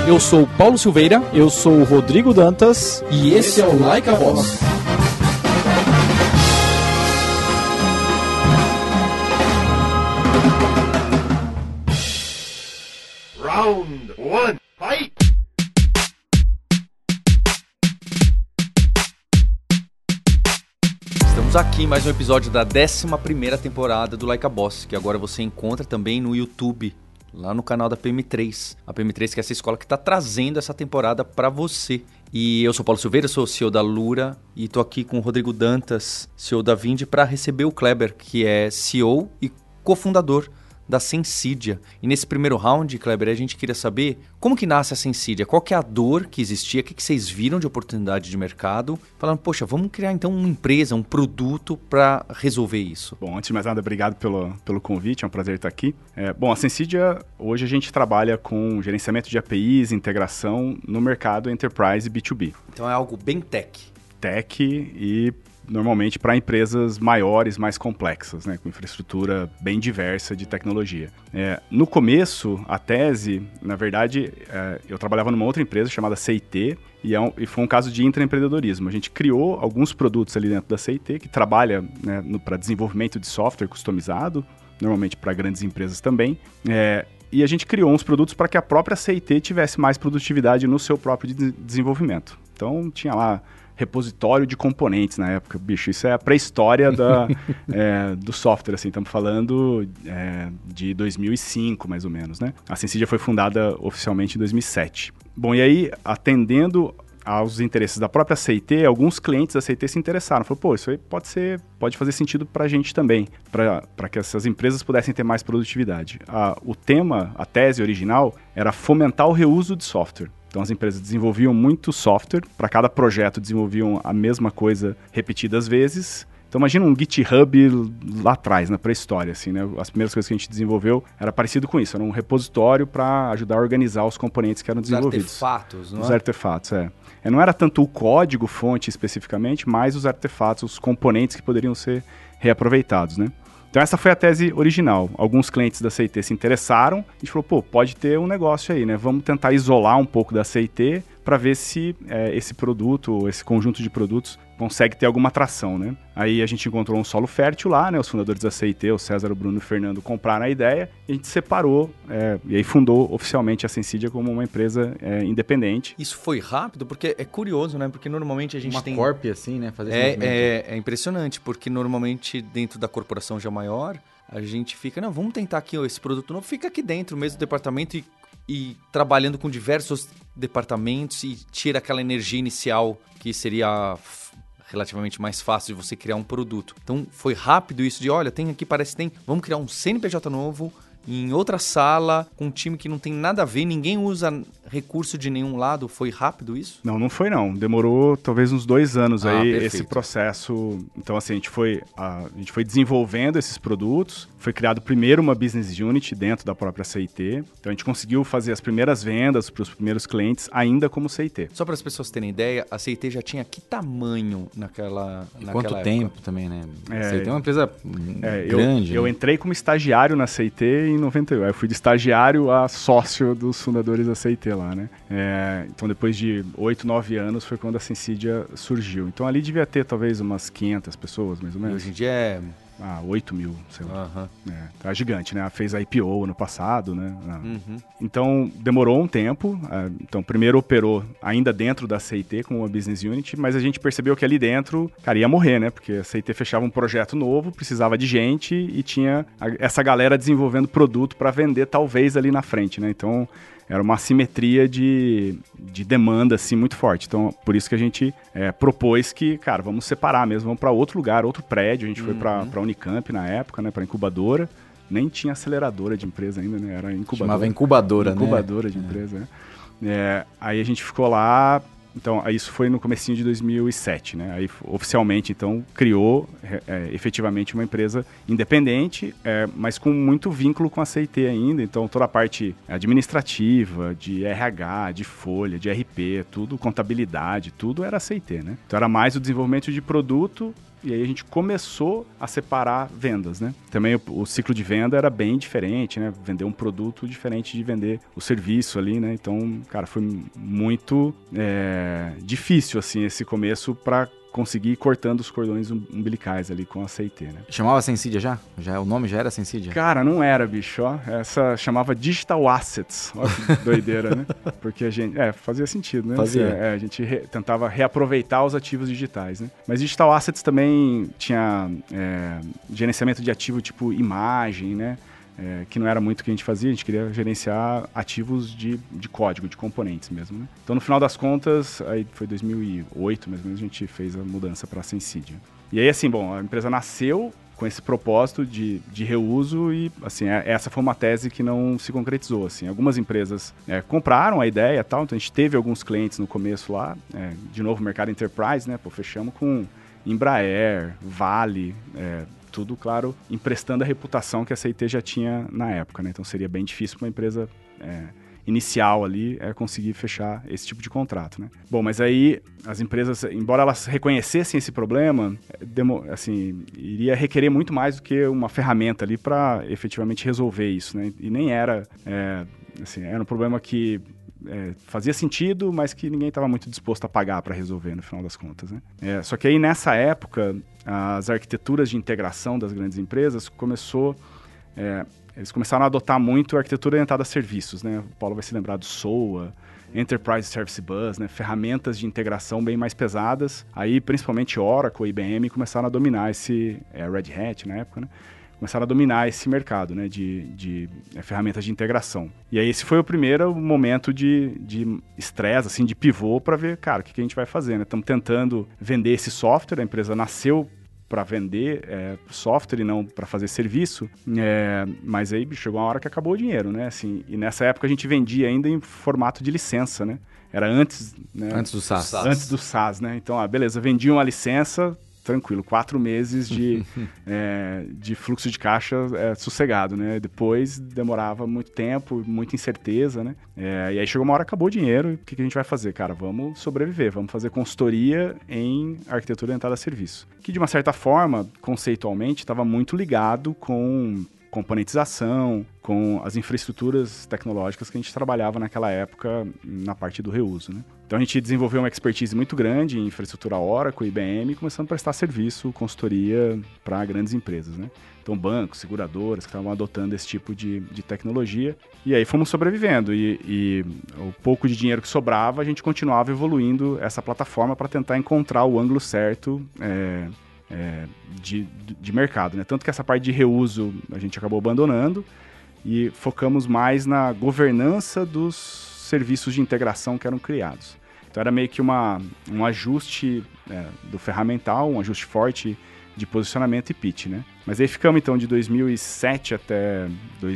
Eu sou o Paulo Silveira. Eu sou o Rodrigo Dantas. E esse é o Like a Boss. Round 1, fight! Estamos aqui em mais um episódio da 11ª temporada do Like a Boss, que agora você encontra também no YouTube, lá no canal da PM3. A PM3 que é essa escola que está trazendo essa temporada para você. E eu sou o Paulo Silveira, sou o CEO da Lura e estou aqui com o Rodrigo Dantas, CEO da Vindi, para receber o Kleber, que é CEO e cofundador da Sensidia. E nesse primeiro round, Kleber, a gente queria saber como que nasce a Sensidia, qual que é a dor que existia, o que vocês viram de oportunidade de mercado, falando, poxa, vamos criar então uma empresa, um produto para resolver isso. Bom, antes de mais nada, obrigado pelo convite, é um prazer estar aqui. Bom, a Sensidia, hoje a gente trabalha com gerenciamento de APIs, integração no mercado Enterprise e B2B. Então é algo bem tech. Tech e normalmente para empresas maiores, mais complexas, né, com infraestrutura bem diversa de tecnologia. No começo, a tese, na verdade, eu trabalhava numa outra empresa chamada CIT e foi um caso de intraempreendedorismo. A gente criou alguns produtos ali dentro da CIT que trabalha, né, para desenvolvimento de software customizado, normalmente para grandes empresas também, e a gente criou uns produtos para que a própria CIT tivesse mais produtividade no seu próprio desenvolvimento. Então, tinha lá repositório de componentes na época. Bicho, isso é a pré-história do software, assim, estamos falando de 2005, mais ou menos, né? A Sensidia foi fundada oficialmente em 2007. Bom, e aí, atendendo aos interesses da própria CIT, alguns clientes da CIT se interessaram. Falaram, pô, isso aí pode fazer sentido para a gente também, para que essas empresas pudessem ter mais produtividade. O tema, a tese original, era fomentar o reuso de software. Então, as empresas desenvolviam muito software, para cada projeto desenvolviam a mesma coisa repetidas vezes. Então, imagina um GitHub lá atrás, na pré-história, assim, né? As primeiras coisas que a gente desenvolveu era parecido com isso, era um repositório para ajudar a organizar os componentes que eram desenvolvidos. Os artefatos, não é? Os artefatos, não era tanto o código fonte especificamente, mas os artefatos, os componentes que poderiam ser reaproveitados, né? Então essa foi a tese original. Alguns clientes da CIT se interessaram, a gente falou, pô, pode ter um negócio aí, né? Vamos tentar isolar um pouco da CIT para ver se esse produto, esse conjunto de produtos consegue ter alguma atração, né? Aí a gente encontrou um solo fértil lá, né? Os fundadores da CIT, o César, o Bruno e o Fernando, compraram a ideia e a gente separou e aí fundou oficialmente a Sensidia como uma empresa independente. Isso foi rápido? Porque é curioso, né? Porque normalmente a gente tem... Uma corp assim, né? Fazer esse movimento. É impressionante, porque normalmente dentro da corporação já maior, a gente fica, não, vamos tentar aqui esse produto novo, fica aqui dentro mesmo do departamento e trabalhando com diversos departamentos e tira aquela energia inicial que seria relativamente mais fácil de você criar um produto. Então foi rápido isso de, olha, tem aqui, parece que tem, vamos criar um CNPJ novo em outra sala, com um time que não tem nada a ver, ninguém usa recurso de nenhum lado. Foi rápido isso? Não foi não. Demorou talvez uns 2 anos aí, perfeito. Esse processo. Então assim, a gente foi desenvolvendo esses produtos, foi criado primeiro uma business unit dentro da própria CIT, então a gente conseguiu fazer as primeiras vendas para os primeiros clientes ainda como CIT. Só para as pessoas terem ideia, a CIT já tinha que tamanho naquela Quanto época? tempo também, né? A CIT é uma empresa grande. Eu entrei como estagiário na CIT em 91. Eu fui de estagiário a sócio dos fundadores da CIT lá, né? Então, depois de 8, 9 anos foi quando a Sensidia surgiu. Então, ali devia ter talvez umas 500 pessoas, mais ou menos. E hoje em dia é... 8 mil, sei lá. Uhum. Tá gigante, né? Fez a IPO ano passado, né? Uhum. Então, demorou um tempo. Então, primeiro operou ainda dentro da CIT com uma business unit, mas a gente percebeu que ali dentro, cara, ia morrer, né? Porque a CIT fechava um projeto novo, precisava de gente e tinha essa galera desenvolvendo produto para vender talvez ali na frente, né? Então, era uma assimetria de demanda, assim, muito forte. Então, por isso que a gente propôs que, cara, vamos separar mesmo, vamos para outro lugar, outro prédio. A gente foi para Unicamp na época, né, para incubadora. Nem tinha aceleradora de empresa ainda, né? Era incubadora. Chamava incubadora, né? Incubadora de empresa, né? Aí a gente ficou lá. Então, isso foi no comecinho de 2007, né? Aí, oficialmente, então, criou efetivamente uma empresa independente, mas com muito vínculo com a CIT ainda. Então, toda a parte administrativa, de RH, de folha, de RP, tudo, contabilidade, tudo era a CIT, né? Então, era mais o desenvolvimento de produto e aí a gente começou a separar vendas, né? Também o ciclo de venda era bem diferente, né? Vender um produto diferente de vender o serviço ali, né? Então, cara, foi muito difícil, assim, esse começo para conseguir ir cortando os cordões umbilicais ali com a CIT, né? Chamava Sensidia já? O nome já era Sensidia? Cara, não era, bicho, ó. Essa chamava Digital Assets. Ó que doideira, né? Porque a gente... fazia sentido, né? Fazia. A gente tentava reaproveitar os ativos digitais, né? Mas Digital Assets também tinha gerenciamento de ativo tipo imagem, né? Que não era muito o que a gente fazia, a gente queria gerenciar ativos de código, de componentes mesmo, né? Então, no final das contas, aí foi 2008, mais ou menos, a gente fez a mudança para a Sensidia. E aí, assim, bom, a empresa nasceu com esse propósito de reuso e, assim, essa foi uma tese que não se concretizou, assim. Algumas empresas compraram a ideia e tal, então a gente teve alguns clientes no começo lá, de novo, mercado enterprise, né? Pô, fechamos com Embraer, Vale, tudo, claro, emprestando a reputação que a CIT já tinha na época, né? Então seria bem difícil para uma empresa inicial ali conseguir fechar esse tipo de contrato, né? Bom, mas aí as empresas, embora elas reconhecessem esse problema, iria requerer muito mais do que uma ferramenta ali para efetivamente resolver isso, né? E nem era, era um problema que fazia sentido, mas que ninguém estava muito disposto a pagar para resolver no final das contas, né? Só que aí nessa época as arquiteturas de integração das grandes empresas eles começaram a adotar muito a arquitetura orientada a serviços, né? O Paulo vai se lembrar do SOA, Enterprise Service Bus, né? Ferramentas de integração bem mais pesadas. Aí, principalmente Oracle e IBM começaram a dominar Red Hat na época, né? Começaram a dominar esse mercado, né, de ferramentas de integração. E aí esse foi o primeiro momento de estresse, assim, de pivô para ver, cara, o que a gente vai fazer, né? Estamos tentando vender esse software, a empresa nasceu para vender software e não para fazer serviço, mas aí chegou uma hora que acabou o dinheiro, né? Assim, e nessa época a gente vendia ainda em formato de licença, né? Era antes, né? Antes do SaaS. Antes do SaaS, né? Então, beleza, vendia uma licença, tranquilo, 4 meses de fluxo de caixa sossegado, né? Depois demorava muito tempo, muita incerteza, né? E aí chegou uma hora, acabou o dinheiro, e o que a gente vai fazer? Cara, vamos sobreviver, vamos fazer consultoria em arquitetura orientada a serviço. Que, de uma certa forma, conceitualmente, estava muito ligado com componentização, com as infraestruturas tecnológicas que a gente trabalhava naquela época na parte do reuso, né? Então a gente desenvolveu uma expertise muito grande em infraestrutura Oracle, IBM, começando a prestar serviço, consultoria para grandes empresas, né? Então bancos, seguradoras que estavam adotando esse tipo de tecnologia. E aí fomos sobrevivendo e o pouco de dinheiro que sobrava, a gente continuava evoluindo essa plataforma para tentar encontrar o ângulo certo de mercado, né? Tanto que essa parte de reuso a gente acabou abandonando e focamos mais na governança dos serviços de integração que eram criados. Então era meio que um ajuste do ferramental, um ajuste forte de posicionamento e pitch, né? Mas aí ficamos então de 2007 até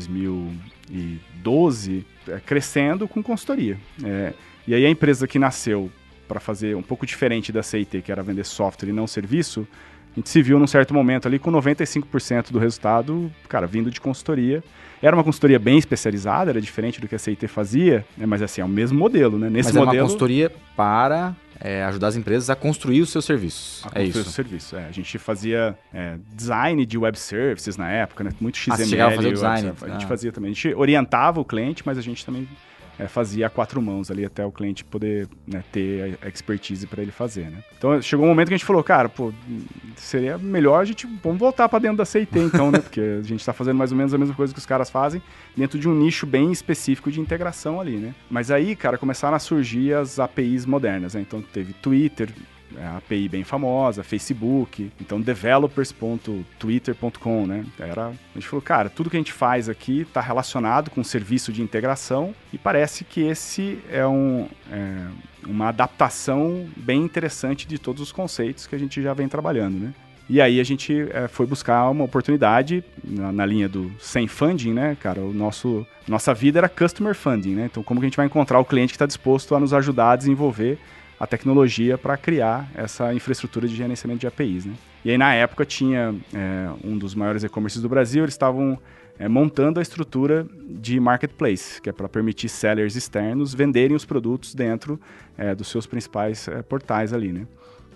2012 crescendo com consultoria. E aí a empresa que nasceu para fazer um pouco diferente da CIT, que era vender software e não serviço, a gente se viu num certo momento ali com 95% do resultado, cara, vindo de consultoria. Era uma consultoria bem especializada, era diferente do que a CIT fazia, né? Mas assim, é o mesmo modelo, né? Mas modelo, é uma consultoria para ajudar as empresas a construir os seus serviços. A construir os seus serviços, A gente fazia design de web services na época, né? Muito XML. Você chegava a fazer o design. A gente fazia também. A gente orientava o cliente, mas a gente também fazia a 4 mãos ali até o cliente poder, né, ter a expertise para ele fazer, né? Então chegou um momento que a gente falou, cara, seria melhor vamos voltar para dentro da CIT então, né? Porque a gente está fazendo mais ou menos a mesma coisa que os caras fazem dentro de um nicho bem específico de integração ali, né? Mas aí, cara, começaram a surgir as APIs modernas, né? Então teve Twitter, a API bem famosa, Facebook, então developers.twitter.com, né? A gente falou, cara, tudo que a gente faz aqui está relacionado com serviço de integração e parece que esse é uma adaptação bem interessante de todos os conceitos que a gente já vem trabalhando, né? E aí a gente foi buscar uma oportunidade na linha do sem funding, né, cara? Nossa vida era customer funding, né? Então como que a gente vai encontrar o cliente que está disposto a nos ajudar a desenvolver a tecnologia para criar essa infraestrutura de gerenciamento de APIs, né? E aí, na época, tinha um dos maiores e-commerces do Brasil, eles estavam montando a estrutura de marketplace, que é para permitir sellers externos venderem os produtos dentro dos seus principais portais ali, né?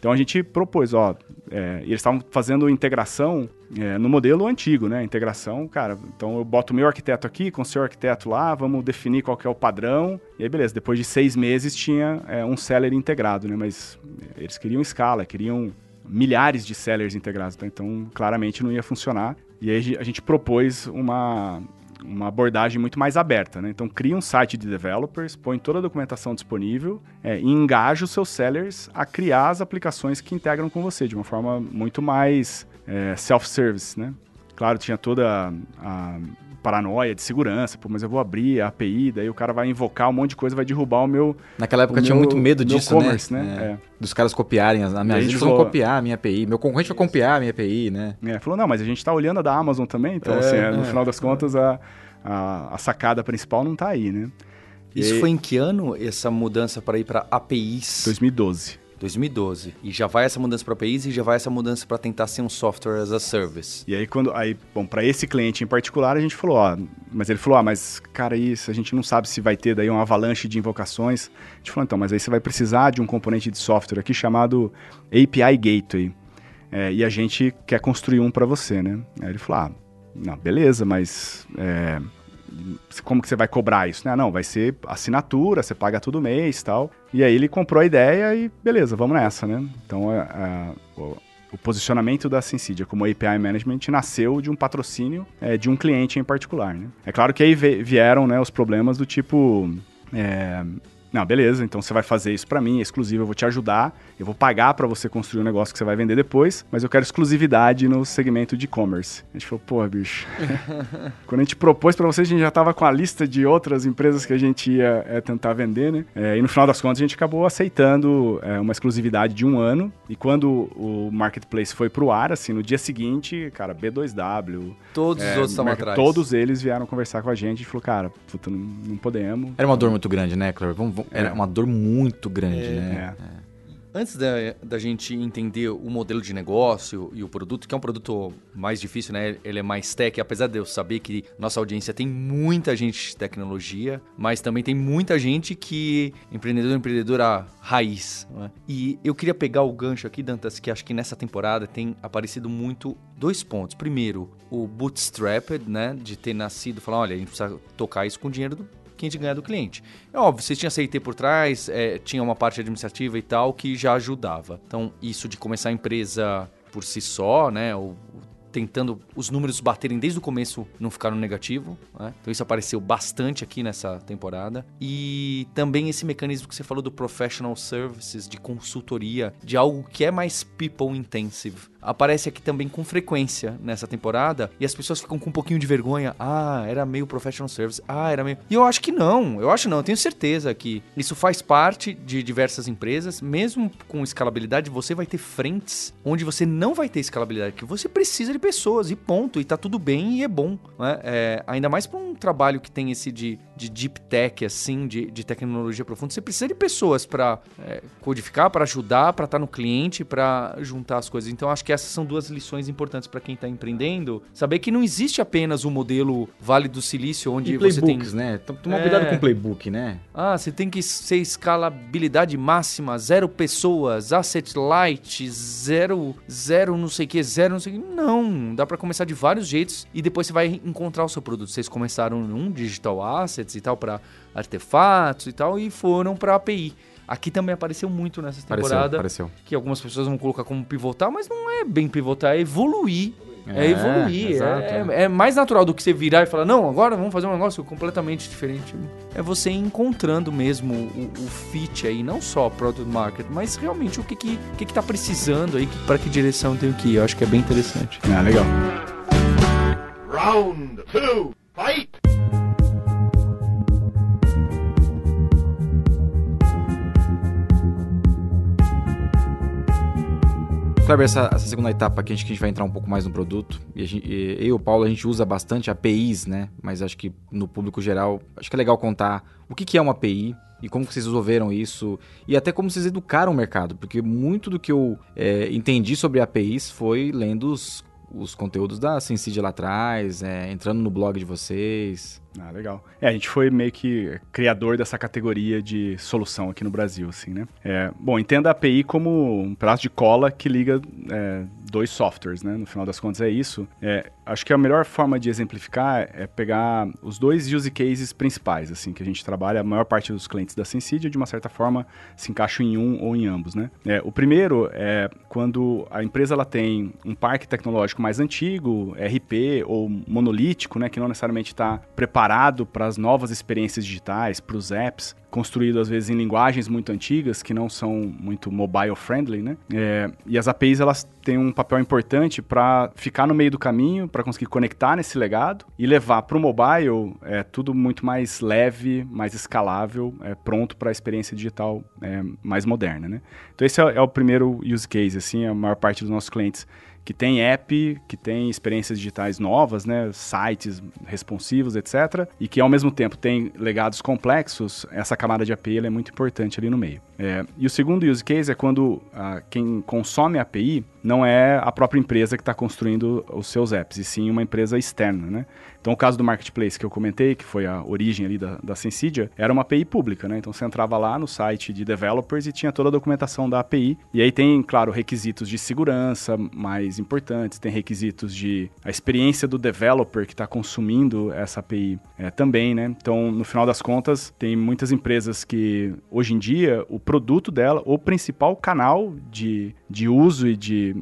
Então a gente propôs, e eles estavam fazendo integração no modelo antigo, né? Integração, cara, então eu boto o meu arquiteto aqui com o seu arquiteto lá, vamos definir qual que é o padrão, e aí beleza, depois de 6 meses tinha um seller integrado, né? Mas eles queriam escala, queriam milhares de sellers integrados, tá? Então claramente não ia funcionar, e aí a gente propôs uma abordagem muito mais aberta, né? Então cria um site de developers, põe toda a documentação disponível e engaja os seus sellers a criar as aplicações que integram com você, de uma forma muito mais self-service, né? Claro, tinha toda a paranoia de segurança, mas eu vou abrir a API, daí o cara vai invocar um monte de coisa, vai derrubar o meu... Naquela época tinha muito medo disso, commerce, né? Dos caras copiarem a minha... Eles vão copiar a minha API, meu concorrente vai copiar a minha API, né? Falou, não, mas a gente está olhando a da Amazon também, então no final das contas a sacada principal não está aí, né? Isso foi em que ano, essa mudança para ir para APIs? 2012. 2012. E já vai essa mudança para APIs e já vai essa mudança para tentar ser um software as a service. E aí, para esse cliente em particular, a gente falou, mas ele falou, mas cara, isso, a gente não sabe se vai ter daí uma avalanche de invocações. A gente falou, então, mas aí você vai precisar de um componente de software aqui chamado API Gateway. E a gente quer construir um para você, né? Aí ele falou, não, beleza, mas... como que você vai cobrar isso? Não, vai ser assinatura, você paga todo mês e tal. E aí ele comprou a ideia e beleza, vamos nessa, né? Então o posicionamento da Sensidia como API Management nasceu de um patrocínio de um cliente em particular, né? É claro que aí vieram, né, os problemas do tipo... não, beleza, então você vai fazer isso pra mim, é exclusivo, eu vou te ajudar, eu vou pagar pra você construir um negócio que você vai vender depois, mas eu quero exclusividade no segmento de e-commerce. A gente falou, pô, bicho, quando a gente propôs pra você, a gente já tava com a lista de outras empresas que a gente ia tentar vender, né? E no final das contas a gente acabou aceitando uma exclusividade de 1 ano, e quando o Marketplace foi pro ar, assim, no dia seguinte, cara, B2W... Todos os outros estavam atrás. Todos eles vieram conversar com a gente e falou, cara, puta, não podemos. Era uma dor muito grande, né, Cleber? Era uma dor muito grande, né? Antes da gente entender o modelo de negócio e o produto, que é um produto mais difícil, né? Ele é mais tech, apesar de eu saber que nossa audiência tem muita gente de tecnologia, mas também tem muita gente que empreendedora raiz, né? E eu queria pegar o gancho aqui, Dantas, que acho que nessa temporada tem aparecido muito 2 pontos. Primeiro, o bootstrapped, né? De ter nascido, falar, olha, a gente precisa tocar isso com o dinheiro do que a gente ganha do cliente. É óbvio, vocês tinham CIT por trás, tinha uma parte administrativa e tal que já ajudava. Então, isso de começar a empresa por si só, né, ou tentando os números baterem desde o começo, não ficaram negativo, né? Então isso apareceu bastante aqui nessa temporada. E também esse mecanismo que você falou do professional services, de consultoria, de algo que é mais people intensive, aparece aqui também com frequência nessa temporada, e as pessoas ficam com um pouquinho de vergonha. Era meio professional service, era meio... E eu acho que não, eu tenho certeza que isso faz parte de diversas empresas, mesmo com escalabilidade, você vai ter frentes onde você não vai ter escalabilidade, que você precisa de pessoas, e ponto, e tá tudo bem e é bom, né? Ainda mais para um trabalho que tem esse de deep tech, assim, de tecnologia profunda, você precisa de pessoas para codificar, para ajudar, para estar no cliente, para juntar as coisas. Então, acho que essas são 2 lições importantes para quem está empreendendo. Saber que não existe apenas o modelo Vale do Silício, onde você tem... né? Tomar cuidado com o playbook, né? Você tem que ser escalabilidade máxima, 0 pessoas, asset light, zero não sei o que, zero não sei o que. Não, dá para começar de vários jeitos e depois você vai encontrar o seu produto. Vocês começaram num digital assets e tal, para artefatos e tal, e foram para API. Aqui também apareceu muito nessa temporada. Apareceu. Que algumas pessoas vão colocar como pivotar, mas não é bem pivotar, é evoluir. Exato. É mais natural do que você virar e falar, não, agora vamos fazer um negócio completamente diferente. É você encontrando mesmo o fit aí, não só product market, mas realmente o que tá precisando aí, para que direção tem que ir. Eu acho que é bem interessante. Legal. Round 2, fight! Kleber, essa segunda etapa aqui, a gente vai entrar um pouco mais no produto. Eu e o Paulo, a gente usa bastante APIs, né? Mas acho que no público geral, acho que é legal contar o que é uma API e como que vocês resolveram isso. E até como vocês educaram o mercado. Porque muito do que eu entendi sobre APIs foi lendo os conteúdos da Sensidia lá atrás, entrando no blog de vocês. Ah, legal. A gente foi meio que criador dessa categoria de solução aqui no Brasil, assim, né? Bom, entenda a API como um pedaço de cola que liga dois softwares, né? No final das contas é isso. Acho que a melhor forma de exemplificar é pegar os dois use cases principais, assim, que a gente trabalha. A maior parte dos clientes da Sensidia, de uma certa forma, se encaixam em um ou em ambos, né? O primeiro é quando a empresa ela tem um parque tecnológico mais antigo, RP ou monolítico, né? Que não necessariamente está preparado para as novas experiências digitais, para os apps, construído às vezes em linguagens muito antigas, que não são muito mobile friendly, né? E as APIs, elas têm um papel importante para ficar no meio do caminho, para conseguir conectar nesse legado e levar para o mobile tudo muito mais leve, mais escalável, pronto para a experiência digital mais moderna, né? Então esse é o primeiro use case, assim, a maior parte dos nossos clientes que tem app, que tem experiências digitais novas, né, sites responsivos, etc. E que, ao mesmo tempo, tem legados complexos, essa camada de API ela é muito importante ali no meio. E o segundo use case é quando quem consome a API não é a própria empresa que está construindo os seus apps, e sim uma empresa externa, né? Então, o caso do Marketplace que eu comentei, que foi a origem ali da Sensidia, era uma API pública, né? Então, você entrava lá no site de developers e tinha toda a documentação da API. E aí tem, claro, requisitos de segurança mais importantes, tem requisitos de a experiência do developer que está consumindo essa API também, né? Então, no final das contas, tem muitas empresas que, hoje em dia, o produto dela, o principal canal de uso e de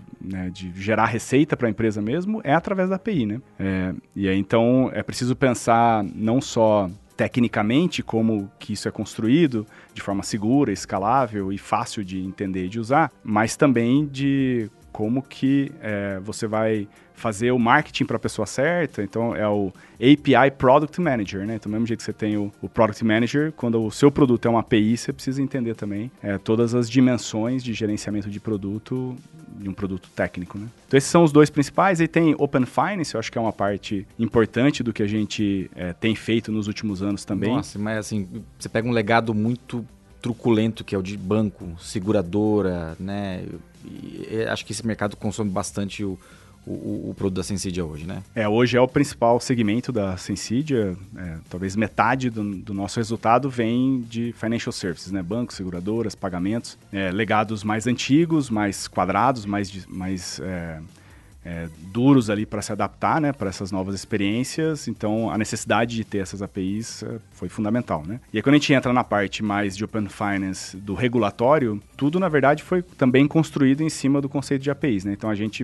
gerar receita para a empresa mesmo, é através da API, né? E aí, então, é preciso pensar não só tecnicamente como que isso é construído de forma segura, escalável e fácil de entender e de usar, mas também de como que você vai fazer o marketing para a pessoa certa. Então, é o API Product Manager, né? Então, do mesmo jeito que você tem o Product Manager, quando o seu produto é uma API, você precisa entender também todas as dimensões de gerenciamento de produto, de um produto técnico, né? Então, esses são os dois principais. Aí tem Open Finance, eu acho que é uma parte importante do que a gente tem feito nos últimos anos também. Nossa, mas assim, você pega um legado muito truculento, que é o de banco, seguradora, né? E acho que esse mercado consome bastante o produto da Sensidia hoje, né? Hoje é o principal segmento da Sensidia. Talvez metade do nosso resultado vem de financial services, né? Bancos, seguradoras, pagamentos, legados mais antigos, mais quadrados, mais duros ali para se adaptar, né, para essas novas experiências. Então, a necessidade de ter essas APIs foi fundamental, né? E aí, quando a gente entra na parte mais de Open Finance do regulatório, tudo, na verdade, foi também construído em cima do conceito de APIs, né? Então, a gente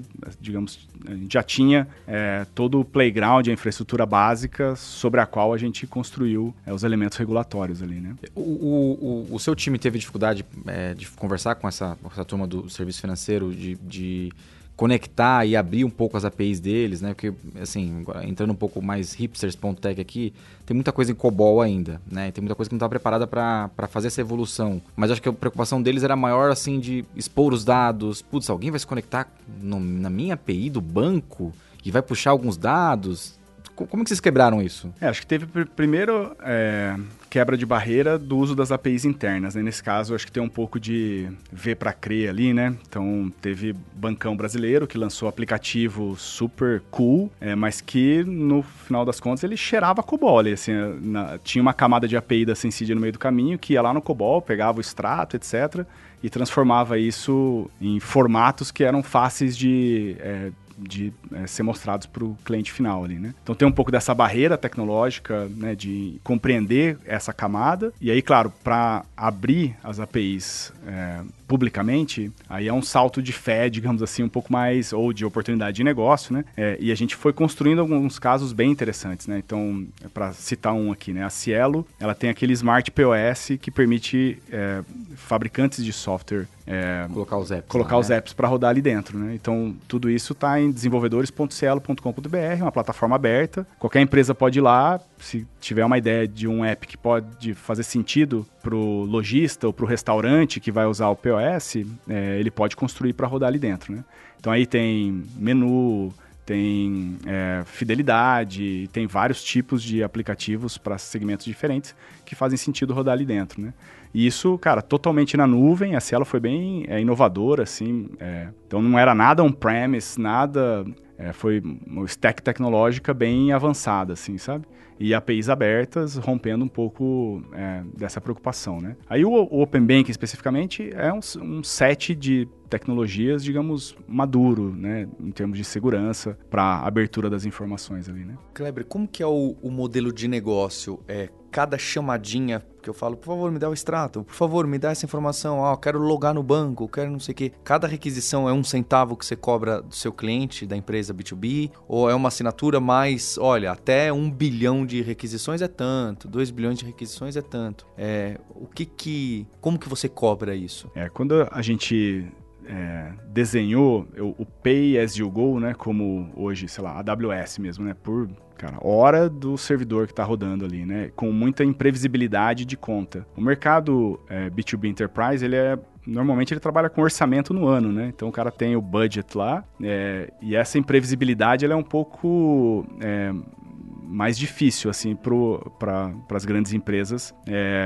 já tinha todo o playground, a infraestrutura básica sobre a qual a gente construiu os elementos regulatórios ali, né? O seu time teve dificuldade de conversar com essa turma do serviço financeiro, de conectar e abrir um pouco as APIs deles, né? Porque, assim, entrando um pouco mais hipsters.tech aqui, tem muita coisa em COBOL ainda, né? Tem muita coisa que não está preparada para fazer essa evolução. Mas acho que a preocupação deles era maior, assim, de expor os dados. Putz, alguém vai se conectar na minha API do banco e vai puxar alguns dados? Como que vocês quebraram isso? Acho que teve primeiro quebra de barreira do uso das APIs internas, né? Nesse caso, acho que tem um pouco de V para crer ali, né? Então, teve bancão brasileiro que lançou aplicativo super cool, mas que, no final das contas, ele cheirava COBOL. Assim, tinha uma camada de API da Sensidia no meio do caminho, que ia lá no COBOL, pegava o extrato, etc., e transformava isso em formatos que eram fáceis de ser mostrados para o cliente final ali, né? Então tem um pouco dessa barreira tecnológica, né, de compreender essa camada. E aí, claro, para abrir as APIs publicamente, aí é um salto de fé, digamos assim, um pouco mais, ou de oportunidade de negócio, né? E a gente foi construindo alguns casos bem interessantes, né? Então, para citar um aqui, né? A Cielo, ela tem aquele Smart POS que permite fabricantes de software colocar os apps para rodar ali dentro, né? Então, tudo isso está em desenvolvedores.cielo.com.br, uma plataforma aberta. Qualquer empresa pode ir lá, se tiver uma ideia de um app que pode fazer sentido para o lojista ou para o restaurante que vai usar o POS, ele pode construir para rodar ali dentro, né? Então, aí tem menu, tem fidelidade, tem vários tipos de aplicativos para segmentos diferentes que fazem sentido rodar ali dentro, né? E isso, cara, totalmente na nuvem. A Cielo foi bem inovadora, assim. Então não era nada on-premise, nada... foi uma stack tecnológica bem avançada, assim, sabe? E APIs abertas, rompendo um pouco dessa preocupação, né? Aí o Open Banking, especificamente, é um set de tecnologias, digamos, maduro, né? Em termos de segurança, para abertura das informações ali, né? Kleber, como que é o modelo de negócio? Cada chamadinha que eu falo, por favor, me dá o extrato, por favor, me dá essa informação, quero logar no banco, quero não sei o quê. Cada requisição é 1 centavo que você cobra do seu cliente, da empresa B2B, ou é uma assinatura mais, olha, até 1 bilhão de requisições é tanto, 2 bilhões de requisições é tanto. Como que você cobra isso? Quando a gente desenhou o Pay as you go, né, como hoje, sei lá, AWS mesmo, né, por hora do servidor que está rodando ali, né, com muita imprevisibilidade de conta. O mercado B2B Enterprise, normalmente ele trabalha com orçamento no ano, né, então o cara tem o budget lá, e essa imprevisibilidade ela é um pouco mais difícil, assim, para as grandes empresas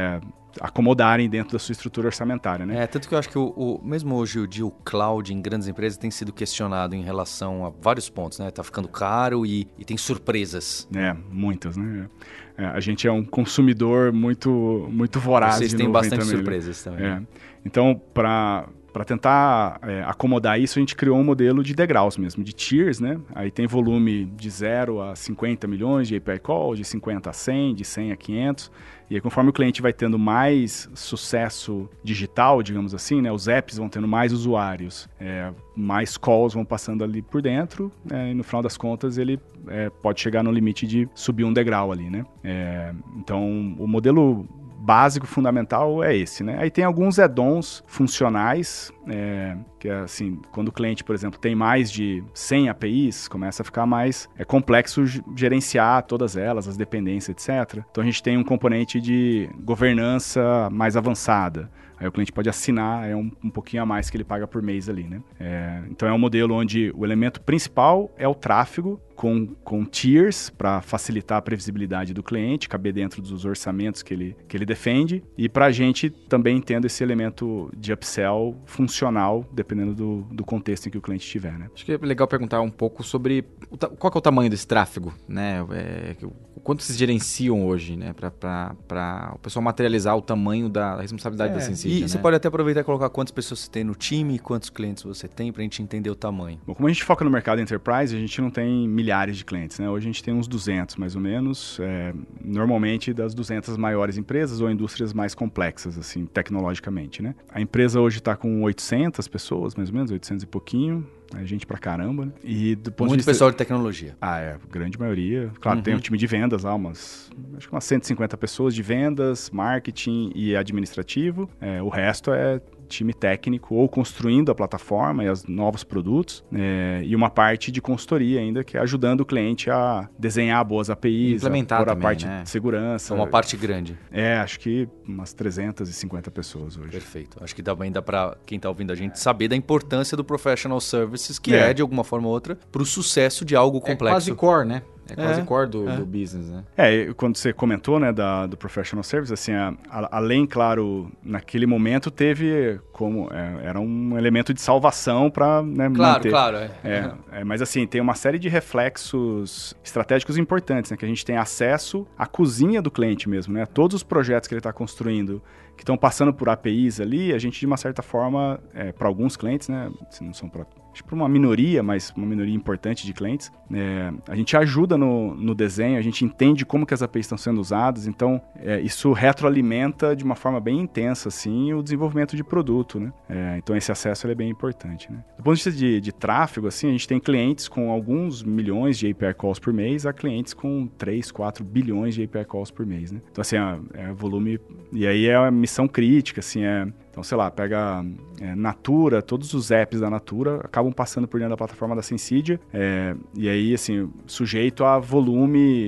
acomodarem dentro da sua estrutura orçamentária, né? Tanto que eu acho que mesmo hoje o cloud em grandes empresas tem sido questionado em relação a vários pontos, né? Tá ficando caro e tem surpresas. Muitas, né? A gente é um consumidor muito, muito voraz. Vocês têm bastante surpresas também. Então, para tentar acomodar isso, a gente criou um modelo de degraus mesmo, de tiers, né? Aí tem volume de 0 a 50 milhões de API calls, de 50 a 100, de 100 a 500. E aí, conforme o cliente vai tendo mais sucesso digital, digamos assim, né? Os apps vão tendo mais usuários, mais calls vão passando ali por dentro, e no final das contas ele pode chegar no limite de subir um degrau ali, né? Então, o modelo básico, fundamental é esse, né? Aí tem alguns add-ons funcionais, que é assim, quando o cliente, por exemplo, tem mais de 100 APIs, começa a ficar mais complexo gerenciar todas elas, as dependências, etc. Então a gente tem um componente de governança mais avançada. Aí o cliente pode assinar, um pouquinho a mais que ele paga por mês ali, né? Então é um modelo onde o elemento principal é o tráfego, com tiers para facilitar a previsibilidade do cliente, caber dentro dos orçamentos que ele defende, e para a gente também tendo esse elemento de upsell funcional, dependendo do contexto em que o cliente estiver, né? Acho que é legal perguntar um pouco sobre qual que é o tamanho desse tráfego, né? Quanto vocês gerenciam hoje, né? Para o pessoal materializar o tamanho da responsabilidade da Sensidia, E você pode até aproveitar e colocar quantas pessoas você tem no time, quantos clientes você tem, para a gente entender o tamanho. Bom, como a gente foca no mercado Enterprise, a gente não tem milhares de clientes, né? Hoje a gente tem uns 200, mais ou menos, normalmente das 200 maiores empresas ou indústrias mais complexas, assim, tecnologicamente, né? A empresa hoje está com 800 pessoas, mais ou menos, 800 e pouquinho. É gente pra caramba, né? E do ponto Muito de vista... pessoal de tecnologia. Grande maioria. Claro, tem um time de vendas lá, acho que umas 150 pessoas de vendas, marketing e administrativo. O resto é time técnico ou construindo a plataforma e os novos produtos, e uma parte de consultoria ainda, que é ajudando o cliente a desenhar boas APIs, implementar a também, parte né? de segurança. É uma parte grande. Acho que umas 350 pessoas hoje. Perfeito. Acho que também dá para quem está ouvindo a gente saber da importância do Professional Services, que é de alguma forma ou outra, para o sucesso de algo complexo. É quase core, né? É quase core do business, né? Quando você comentou, né, do Professional Service, assim, além, claro, naquele momento teve como... era um elemento de salvação para, né, manter. Claro. Mas, assim, tem uma série de reflexos estratégicos importantes, né? Que a gente tem acesso à cozinha do cliente mesmo, né? Todos os projetos que ele está construindo, que estão passando por APIs ali, a gente, de uma certa forma, para alguns clientes, né? Se não são para uma minoria, mas uma minoria importante de clientes, a gente ajuda no desenho, a gente entende como que as APIs estão sendo usadas, então isso retroalimenta de uma forma bem intensa, assim, o desenvolvimento de produto, né? Então esse acesso ele é bem importante, né? Do ponto de vista de tráfego, assim, a gente tem clientes com alguns milhões de API calls por mês a clientes com 3, 4 bilhões de API calls por mês, né? Então, assim, é volume... E aí é a missão crítica, assim, Então, sei lá, pega Natura, todos os apps da Natura acabam passando por dentro da plataforma da Sensidia, e aí, assim, sujeito a volume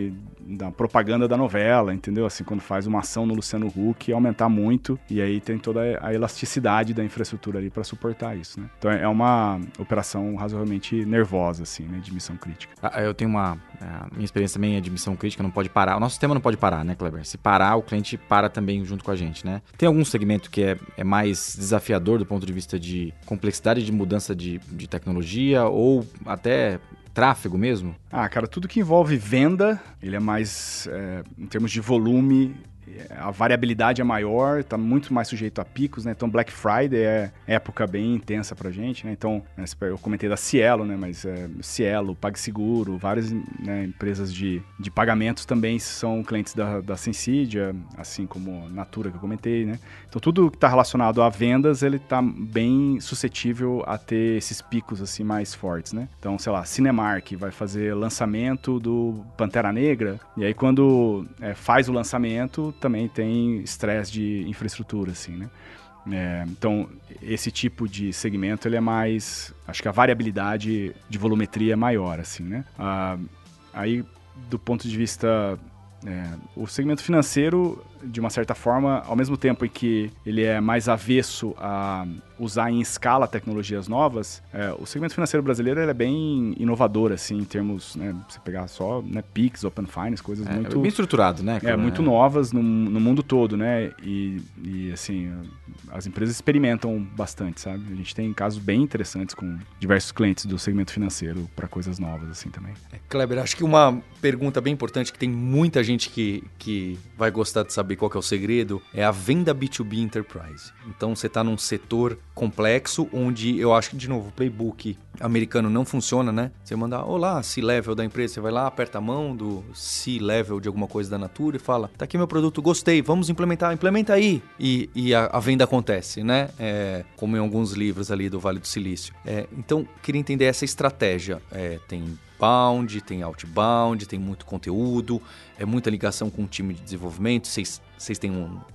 da propaganda da novela, entendeu? Assim, quando faz uma ação no Luciano Huck, aumentar muito, e aí tem toda a elasticidade da infraestrutura ali para suportar isso, né? Então é uma operação razoavelmente nervosa, assim, né, de missão crítica. Eu tenho minha experiência também é de missão crítica, não pode parar. O nosso sistema não pode parar, né, Kleber? Se parar, o cliente para também junto com a gente, né? Tem algum segmento que é mais desafiador do ponto de vista de complexidade de mudança de tecnologia ou até tráfego mesmo? Cara, tudo que envolve venda, ele é mais, em termos de volume, a variabilidade é maior, está muito mais sujeito a picos, né? Então Black Friday é época bem intensa pra gente, né? Então, eu comentei da Cielo, né? Mas Cielo, PagSeguro, várias, né, empresas de pagamentos também são clientes da Sensidia, assim como Natura que eu comentei, né? Então tudo que está relacionado a vendas, ele está bem suscetível a ter esses picos assim mais fortes, né? Então, sei lá, Cinemark vai fazer lançamento do Pantera Negra, e aí quando faz o lançamento, também tem estresse de infraestrutura, assim, né? Então, esse tipo de segmento, ele é mais... Acho que a variabilidade de volumetria é maior, assim, né? Aí, do ponto de vista... o segmento financeiro, de uma certa forma, ao mesmo tempo em que ele é mais avesso a usar em escala tecnologias novas, o segmento financeiro brasileiro ele é bem inovador, assim, em termos, né, você pegar só, né, Pix, Open Finance, coisas muito... bem estruturado, né? Muito novas no mundo todo, né? E, assim, as empresas experimentam bastante, sabe? A gente tem casos bem interessantes com diversos clientes do segmento financeiro para coisas novas, assim, também. Kleber, acho que uma pergunta bem importante que tem muita gente que vai gostar de saber qual que é o segredo é a venda B2B Enterprise. Então, você está num setor complexo, onde eu acho que, de novo, o playbook americano não funciona, né? Você manda, olá, C-Level da empresa, você vai lá, aperta a mão do C-Level de alguma coisa da Natura e fala, tá aqui meu produto, gostei, vamos implementar, implementa aí. E a venda acontece, né? Como em alguns livros ali do Vale do Silício. Então, queria entender essa estratégia. Tem inbound, tem outbound, tem muito conteúdo, muita ligação com o time de desenvolvimento, vocês têm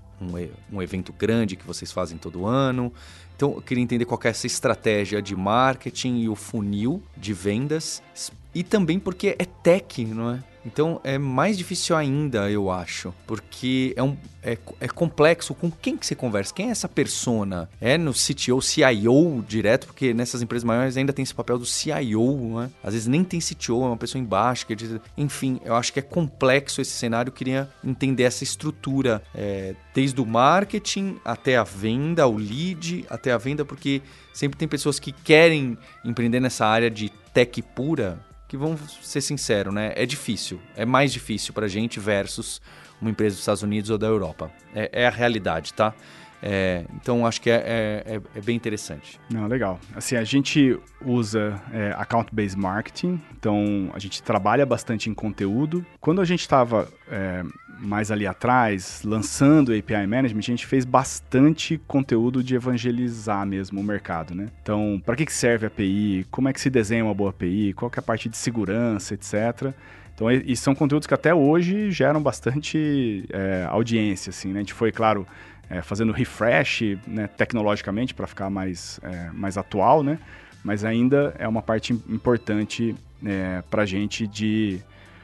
um evento grande que vocês fazem todo ano. Então, eu queria entender qual que é essa estratégia de marketing e o funil de vendas. E também porque é tech, não é? Então, é mais difícil ainda, eu acho. Porque é complexo. Com quem que você conversa? Quem é essa persona? É no CTO, CIO direto? Porque nessas empresas maiores ainda tem esse papel do CIO, não é? Às vezes nem tem CTO, é uma pessoa embaixo. Que diz... Enfim, eu acho que é complexo esse cenário. Eu queria entender essa estrutura. Desde o marketing até a venda, o lead, até a venda. Porque sempre tem pessoas que querem empreender nessa área de tech pura, que vamos ser sinceros, né? É difícil. É mais difícil pra gente versus uma empresa dos Estados Unidos ou da Europa. É a realidade, tá? Então, acho que é bem interessante. Não, legal. Assim, a gente usa account-based marketing, então a gente trabalha bastante em conteúdo. Quando a gente estava mais ali atrás, lançando o API Management, a gente fez bastante conteúdo de evangelizar mesmo o mercado, né? Então, para que serve a API? Como é que se desenha uma boa API? Qual que é a parte de segurança, etc. Então, e são conteúdos que até hoje geram bastante audiência, assim, né? A gente foi, claro, fazendo refresh, né, tecnologicamente para ficar mais atual, né? Mas ainda é uma parte importante para a gente de...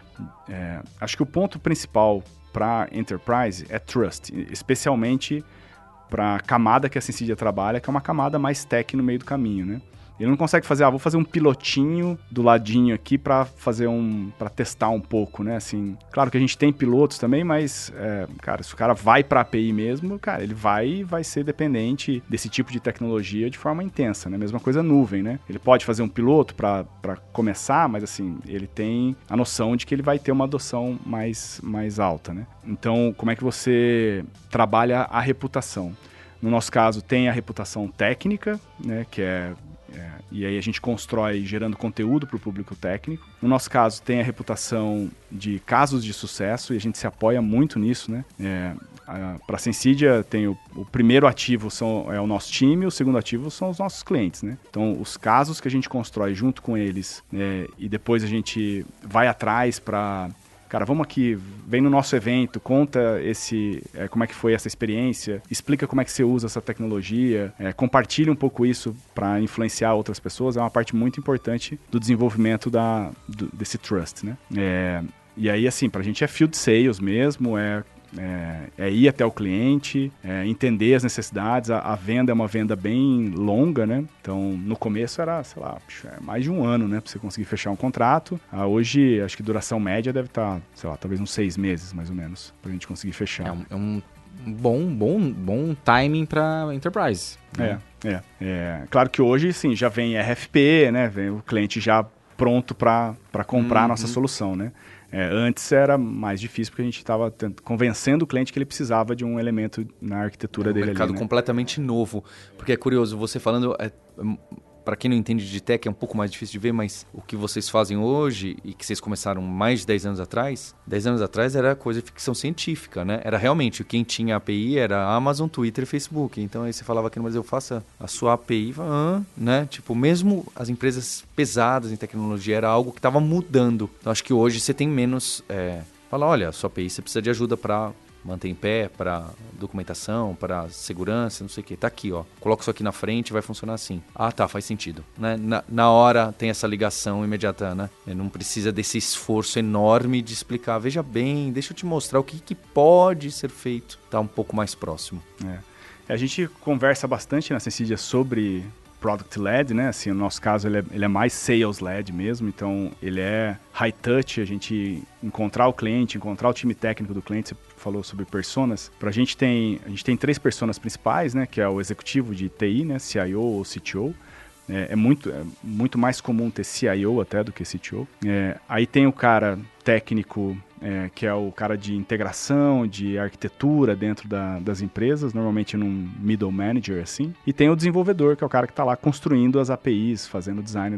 acho que o ponto principal para Enterprise é Trust, especialmente para a camada que a Sensidia trabalha, que é uma camada mais tech no meio do caminho, né? Ele não consegue fazer, vou fazer um pilotinho do ladinho aqui para testar um pouco, né? Assim, claro que a gente tem pilotos também, mas, cara, se o cara vai para a API mesmo, cara, ele vai ser dependente desse tipo de tecnologia de forma intensa, né? Mesma coisa nuvem, né? Ele pode fazer um piloto para começar, mas, assim, ele tem a noção de que ele vai ter uma adoção mais alta, né? Então, como é que você trabalha a reputação? No nosso caso, tem a reputação técnica, né? Que e aí a gente constrói gerando conteúdo para o público técnico. No nosso caso, tem a reputação de casos de sucesso e a gente se apoia muito nisso, né? Para a Sensidia, tem o primeiro ativo é o nosso time, o segundo ativo são os nossos clientes, né? Então, os casos que a gente constrói junto com eles e depois a gente vai atrás para... Cara, vamos aqui, vem no nosso evento, conta como é que foi essa experiência, explica como é que você usa essa tecnologia, compartilha um pouco isso para influenciar outras pessoas, é uma parte muito importante do desenvolvimento desse trust, né? E aí, assim, pra gente é field sales mesmo, é ir até o cliente, entender as necessidades. A venda é uma venda bem longa, né? Então, no começo era, sei lá, mais de um ano, né? Pra você conseguir fechar um contrato. Hoje, acho que duração média deve estar, sei lá, talvez uns 6 meses, mais ou menos, pra gente conseguir fechar. É um bom timing para enterprise. Né? Claro que hoje, sim, já vem RFP, né? Vem o cliente já pronto para comprar a nossa solução, né? Antes era mais difícil porque a gente estava convencendo o cliente que ele precisava de um elemento na arquitetura dele ali. É um mercado né? completamente novo. Porque é curioso, você falando... Para quem não entende de tech é um pouco mais difícil de ver, mas o que vocês fazem hoje e que vocês começaram mais de 10 anos atrás, 10 anos atrás era coisa de ficção científica, né? Era realmente, quem tinha API era Amazon, Twitter e Facebook. Então aí você falava aqui, mas eu faço a sua API, né? Tipo, mesmo as empresas pesadas em tecnologia era algo que estava mudando. Então acho que hoje você tem menos... Fala, olha, a sua API você precisa de ajuda para... manter em pé, para documentação, para segurança, não sei o que. Tá aqui, ó. Coloca isso aqui na frente, vai funcionar assim. Ah, tá, faz sentido. Né? Na hora tem essa ligação imediata, né? Não precisa desse esforço enorme de explicar. Veja bem, deixa eu te mostrar o que pode ser feito. Tá um pouco mais próximo. A gente conversa bastante na Sensidia sobre product-led, né? Assim, no nosso caso, ele é mais sales-led mesmo, então ele é high-touch, a gente encontrar o cliente, encontrar o time técnico do cliente. Você falou sobre personas. A gente tem 3 personas principais, né? Que é o executivo de TI, né? CIO ou CTO. É muito mais comum ter CIO até do que CTO. Aí tem o cara técnico, que é o cara de integração, de arquitetura dentro das empresas, normalmente num middle manager assim. E tem o desenvolvedor, que é o cara que está lá construindo as APIs, fazendo o design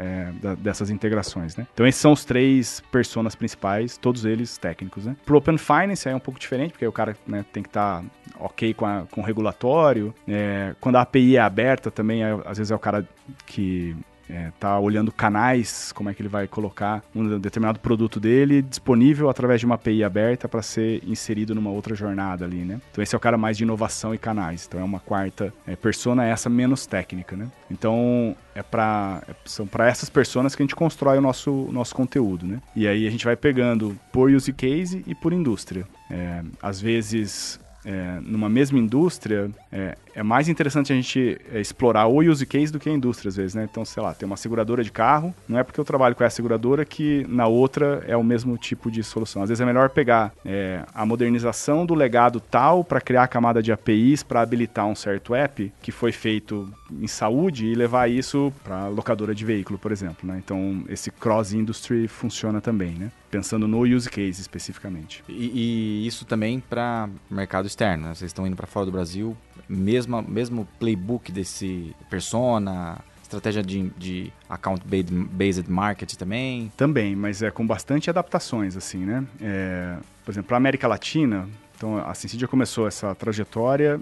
dessas integrações, né? Então esses são os 3 personas principais, todos eles técnicos, né? Pro Open Finance é um pouco diferente, porque o cara, né, tem que estar ok com o regulatório. Quando a API é aberta também, às vezes é o cara que... tá olhando canais, como é que ele vai colocar um determinado produto dele disponível através de uma API aberta para ser inserido numa outra jornada ali, né? Então esse é o cara mais de inovação e canais. Então é uma quarta persona, essa menos técnica, né? Então são para essas personas que a gente constrói o nosso conteúdo, né? E aí a gente vai pegando por use case e por indústria. Às vezes... numa mesma indústria, é mais interessante a gente explorar o use case do que a indústria, às vezes, né? Então, sei lá, tem uma seguradora de carro, não é porque eu trabalho com essa seguradora que na outra é o mesmo tipo de solução. Às vezes é melhor pegar a modernização do legado tal para criar a camada de APIs para habilitar um certo app que foi feito em saúde e levar isso para locadora de veículo, por exemplo, né? Então, esse cross-industry funciona também, né? Pensando no use case especificamente. E isso também para mercado externo, né? Vocês estão indo para fora do Brasil, mesmo playbook desse persona, estratégia de account-based marketing também? Também, mas com bastante adaptações, assim, né? Por exemplo, para a América Latina... Então, a Sensidia começou essa trajetória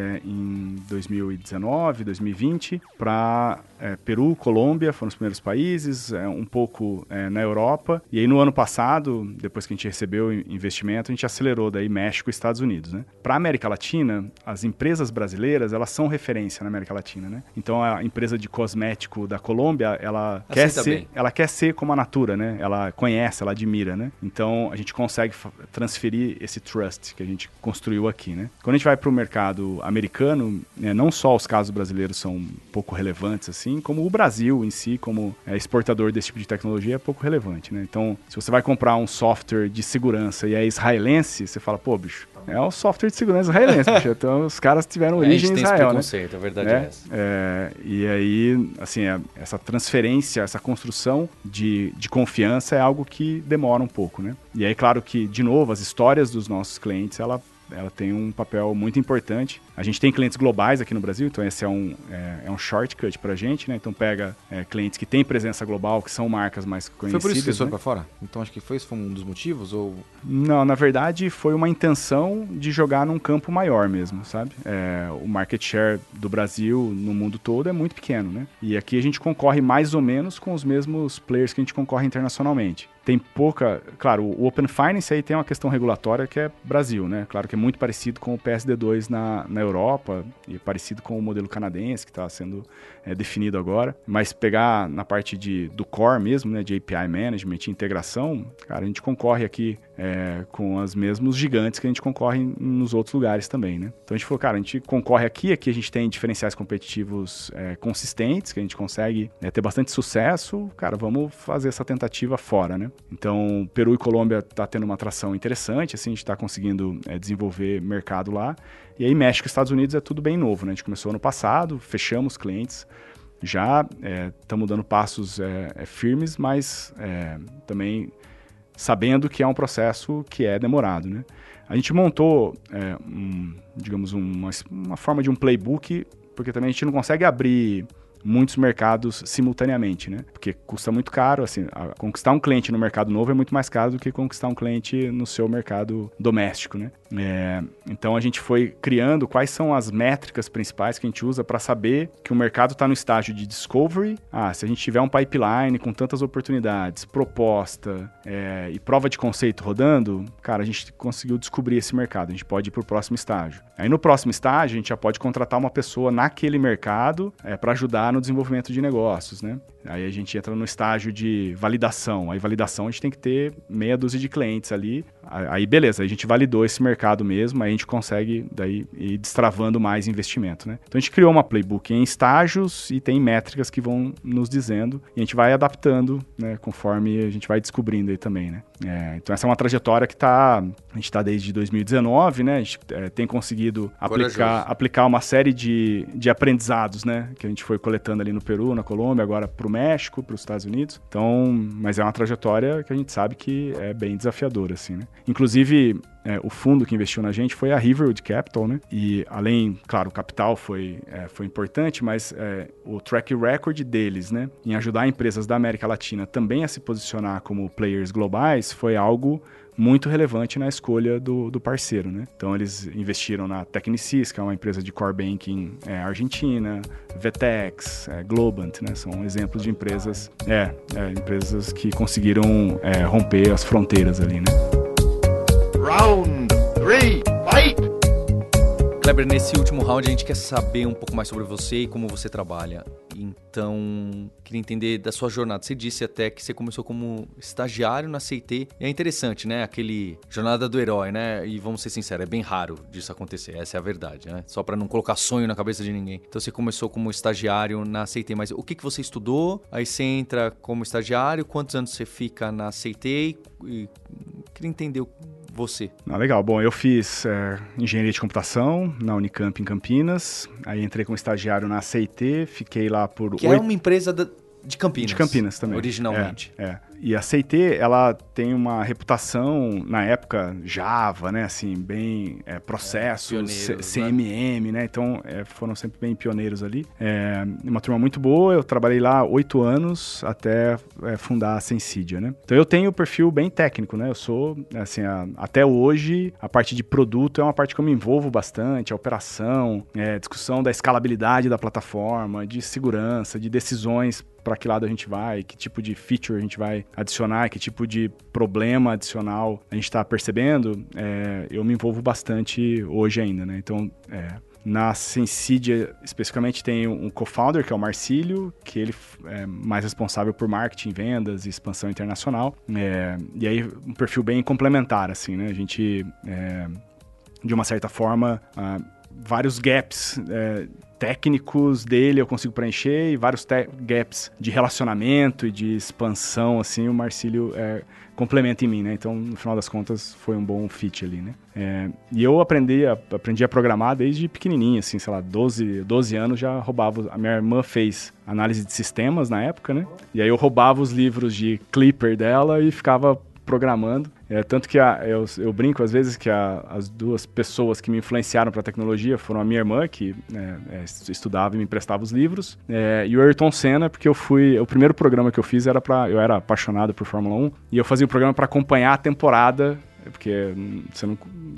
em 2019, 2020, para Peru, Colômbia, foram os primeiros países, um pouco na Europa. E aí, no ano passado, depois que a gente recebeu o investimento, a gente acelerou daí México e Estados Unidos, né? Para a América Latina, as empresas brasileiras, elas são referência na América Latina, né? Então, a empresa de cosmético da Colômbia, ela quer ser como a Natura, né? Ela conhece, ela admira, né? Então, a gente consegue transferir esse trust que a gente construiu aqui, né? Quando a gente vai para o mercado americano, não só os casos brasileiros são pouco relevantes, assim, como o Brasil em si, como exportador desse tipo de tecnologia, é pouco relevante, né? Então, se você vai comprar um software de segurança e é israelense, você fala, pô, bicho, é um software de segurança israelense, bicho. Então, os caras tiveram origem em Israel, né? A verdade é essa. E aí, assim, essa transferência, essa construção de confiança é algo que demora um pouco, né? E aí, claro que, de novo, as histórias dos nossos clientes, ela tem um papel muito importante. A gente tem clientes globais aqui no Brasil, então esse é um shortcut pra gente, né? Então pega clientes que têm presença global, que são marcas mais conhecidas. Foi por isso que foi né? pra fora? Então acho que foi um dos motivos? Ou... Não, na verdade foi uma intenção de jogar num campo maior mesmo, sabe? O market share do Brasil no mundo todo é muito pequeno, né? E aqui a gente concorre mais ou menos com os mesmos players que a gente concorre internacionalmente. tem pouca... Claro, o Open Finance aí tem uma questão regulatória que é Brasil, né? Claro que é muito parecido com o PSD2 na Europa e parecido com o modelo canadense que está sendo definido agora. Mas pegar na parte do core mesmo, né? De API Management e integração, cara, a gente concorre aqui com os mesmos gigantes que a gente concorre nos outros lugares também, né? Então a gente falou, cara, a gente concorre aqui a gente tem diferenciais competitivos consistentes, que a gente consegue ter bastante sucesso, cara, vamos fazer essa tentativa fora, né? Então, Peru e Colômbia tá tendo uma atração interessante, assim, a gente tá conseguindo desenvolver mercado lá. E aí, México e Estados Unidos é tudo bem novo, né? A gente começou ano passado, fechamos clientes, já estamos dando passos firmes, mas também sabendo que é um processo que é demorado, né? A gente montou, digamos, uma forma de um playbook, porque também a gente não consegue abrir muitos mercados simultaneamente, né? Porque custa muito caro, assim, conquistar um cliente no mercado novo é muito mais caro do que conquistar um cliente no seu mercado doméstico, né? Então a gente foi criando quais são as métricas principais que a gente usa para saber que o mercado está no estágio de discovery. Se a gente tiver um pipeline com tantas oportunidades, proposta e prova de conceito rodando, cara, a gente conseguiu descobrir esse mercado, a gente pode ir para o próximo estágio. Aí no próximo estágio a gente já pode contratar uma pessoa naquele mercado para ajudar no desenvolvimento de negócios, né? Aí a gente entra no estágio de validação. Aí validação a gente tem que ter meia dúzia de clientes ali. Aí beleza, a gente validou esse mercado mesmo, aí a gente consegue daí ir destravando mais investimento, né? Então a gente criou uma playbook em estágios e tem métricas que vão nos dizendo e a gente vai adaptando, né, conforme a gente vai descobrindo aí também, né? Então essa é uma trajetória que a gente está desde 2019, né? A gente tem conseguido aplicar uma série de aprendizados, né? Que a gente foi coletando ali no Peru, na Colômbia, agora para o México, para os Estados Unidos. Então, mas é uma trajetória que a gente sabe que é bem desafiadora, assim, né? Inclusive, o fundo que investiu na gente foi a Riverwood Capital, né? E além, claro, o capital foi importante, mas o track record deles, né, em ajudar empresas da América Latina também a se posicionar como players globais foi algo muito relevante na escolha do parceiro, né? Então eles investiram na Tecnicis, que é uma empresa de core banking argentina, Vetex, Globant, né? São exemplos de empresas, empresas que conseguiram romper as fronteiras ali, né? Round 3, fight! Kleber, nesse último round a gente quer saber um pouco mais sobre você e como você trabalha. Então, queria entender da sua jornada. Você disse até que você começou como estagiário na CIT. E é interessante, né? Aquele jornada do herói, né? E vamos ser sinceros, é bem raro disso acontecer. Essa é a verdade, né? Só para não colocar sonho na cabeça de ninguém. Então, você começou como estagiário na CIT. Mas o que você estudou? Aí você entra como estagiário. Quantos anos você fica na CIT? E queria entender você. Legal. Bom, eu fiz engenharia de computação na Unicamp em Campinas. Aí entrei como estagiário na CIT, fiquei lá por... Que é uma empresa de Campinas. De Campinas também. Originalmente. E a CIT, ela tem uma reputação, na época, Java, né? Assim, bem processos, CMM, né? Então, foram sempre bem pioneiros ali. Uma turma muito boa, eu trabalhei lá 8 anos até fundar a Sensidia, né? Então, eu tenho o perfil bem técnico, né? Eu sou, assim, até hoje, a parte de produto é uma parte que eu me envolvo bastante, a operação, discussão da escalabilidade da plataforma, de segurança, de decisões para que lado a gente vai, que tipo de feature a gente vai adicionar, que tipo de problema adicional a gente está percebendo, eu me envolvo bastante hoje ainda, né? Então, na Sensidia, especificamente, tem um co-founder, que é o Marcílio, que ele é mais responsável por marketing, vendas e expansão internacional. E aí, um perfil bem complementar, assim, né? A gente, de uma certa forma, vários gaps técnicos dele eu consigo preencher e vários gaps de relacionamento e de expansão, assim, o Marcílio complementa em mim, né? Então, no final das contas, foi um bom fit ali, né? E eu aprendi a programar desde pequenininho, assim, sei lá, 12 anos já roubava. A minha irmã fez análise de sistemas na época, né? E aí eu roubava os livros de Clipper dela e ficava programando. Tanto que eu brinco às vezes que as duas pessoas que me influenciaram para a tecnologia foram a minha irmã, que estudava e me emprestava os livros, e o Ayrton Senna, porque o primeiro programa que eu fiz eu era apaixonado por Fórmula 1, e eu fazia o programa para acompanhar a temporada, porque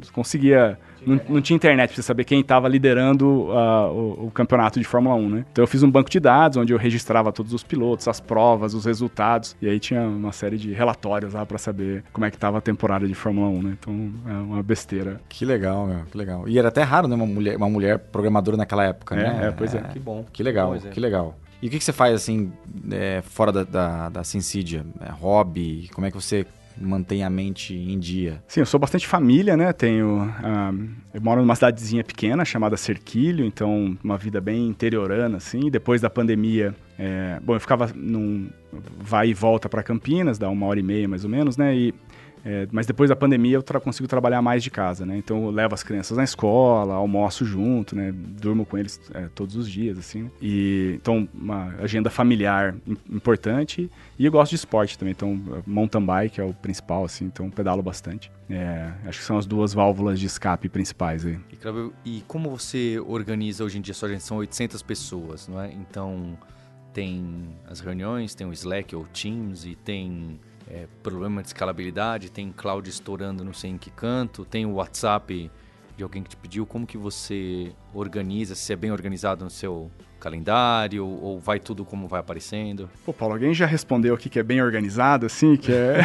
conseguia... Não tinha internet pra você saber quem estava liderando o campeonato de Fórmula 1, né? Então eu fiz um banco de dados onde eu registrava todos os pilotos, as provas, os resultados. E aí tinha uma série de relatórios lá pra saber como é que tava a temporada de Fórmula 1, né? Então é uma besteira. Que legal, meu, que legal. E era até raro, né, uma mulher programadora naquela época, né? Pois é. Que bom. Que legal, Pois é. que legal. E o que você faz, assim, fora da Sensidia? Hobby? Como é que você mantém a mente em dia? Sim, eu sou bastante família, né? Eu moro numa cidadezinha pequena chamada Cerquilho, então uma vida bem interiorana, assim. Depois da pandemia, eu ficava num vai e volta para Campinas, dá 1h30 mais ou menos, né? Mas depois da pandemia eu consigo trabalhar mais de casa, né? Então eu levo as crianças na escola, almoço junto, né? Durmo com eles todos os dias, assim. Então, uma agenda familiar importante. E eu gosto de esporte também, então mountain bike é o principal, assim, então pedalo bastante. Acho que são as duas válvulas de escape principais aí. E como você organiza hoje em dia? Sua gente são 800 pessoas, não é? Então tem as reuniões, tem o Slack ou Teams e tem... problema de escalabilidade, tem cloud estourando não sei em que canto, tem o WhatsApp de alguém que te pediu. Como que você organiza, se é bem organizado no seu calendário ou vai tudo como vai aparecendo? Pô, Paulo, alguém já respondeu aqui que é bem organizado, assim, que é...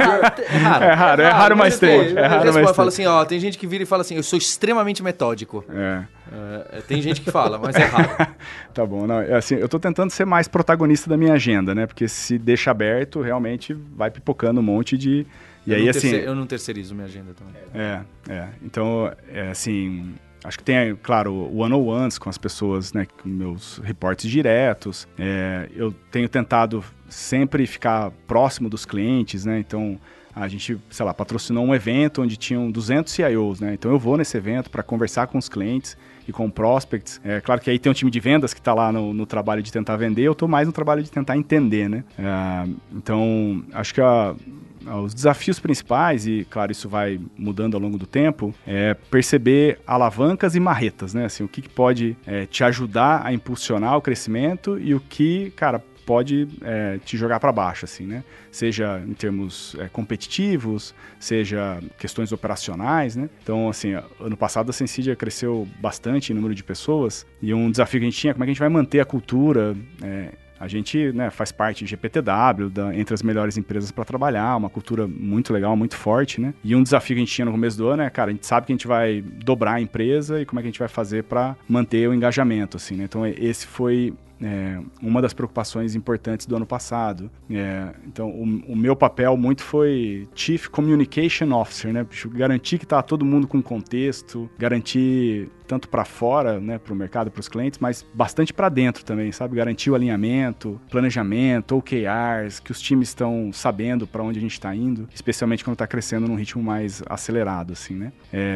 É raro, mas tem. Fala assim, ó, tem gente que vira e fala assim, eu sou extremamente metódico. Tem gente que fala, mas é raro. Tá bom, não, assim, eu tô tentando ser mais protagonista da minha agenda, né? Porque se deixa aberto, realmente vai pipocando um monte de... Eu não terceirizo minha agenda também. Então, assim... Acho que tem, claro, one-on-ones com as pessoas, né, com meus reportes diretos. Eu tenho tentado sempre ficar próximo dos clientes, né? Então, a gente, sei lá, patrocinou um evento onde tinham 200 CIOs, né? Então, eu vou nesse evento para conversar com os clientes e com prospects. Claro que aí tem um time de vendas que está lá no trabalho de tentar vender, eu estou mais no trabalho de tentar entender, né? Então, acho que os desafios principais, e claro, isso vai mudando ao longo do tempo, é perceber alavancas e marretas, né? Assim, o que pode te ajudar a impulsionar o crescimento e o que, cara, pode te jogar para baixo, assim, né? Seja em termos competitivos, seja questões operacionais, né? Então, assim, ano passado a Sensidia cresceu bastante em número de pessoas e um desafio que a gente tinha, como é que a gente vai manter a cultura... A gente, né, faz parte de GPTW, entre as melhores empresas para trabalhar, uma cultura muito legal, muito forte, né? E um desafio que a gente tinha no começo do ano é, cara, a gente sabe que a gente vai dobrar a empresa e como é que a gente vai fazer para manter o engajamento, assim, né? Então, esse foi uma das preocupações importantes do ano passado. Então, o meu papel muito foi Chief Communication Officer, né? Garantir que tá todo mundo com contexto, garantir tanto para fora, né, para o mercado, para os clientes, mas bastante para dentro também, sabe? Garantir o alinhamento, planejamento, OKRs, que os times estão sabendo para onde a gente está indo, especialmente quando está crescendo num ritmo mais acelerado, assim, né?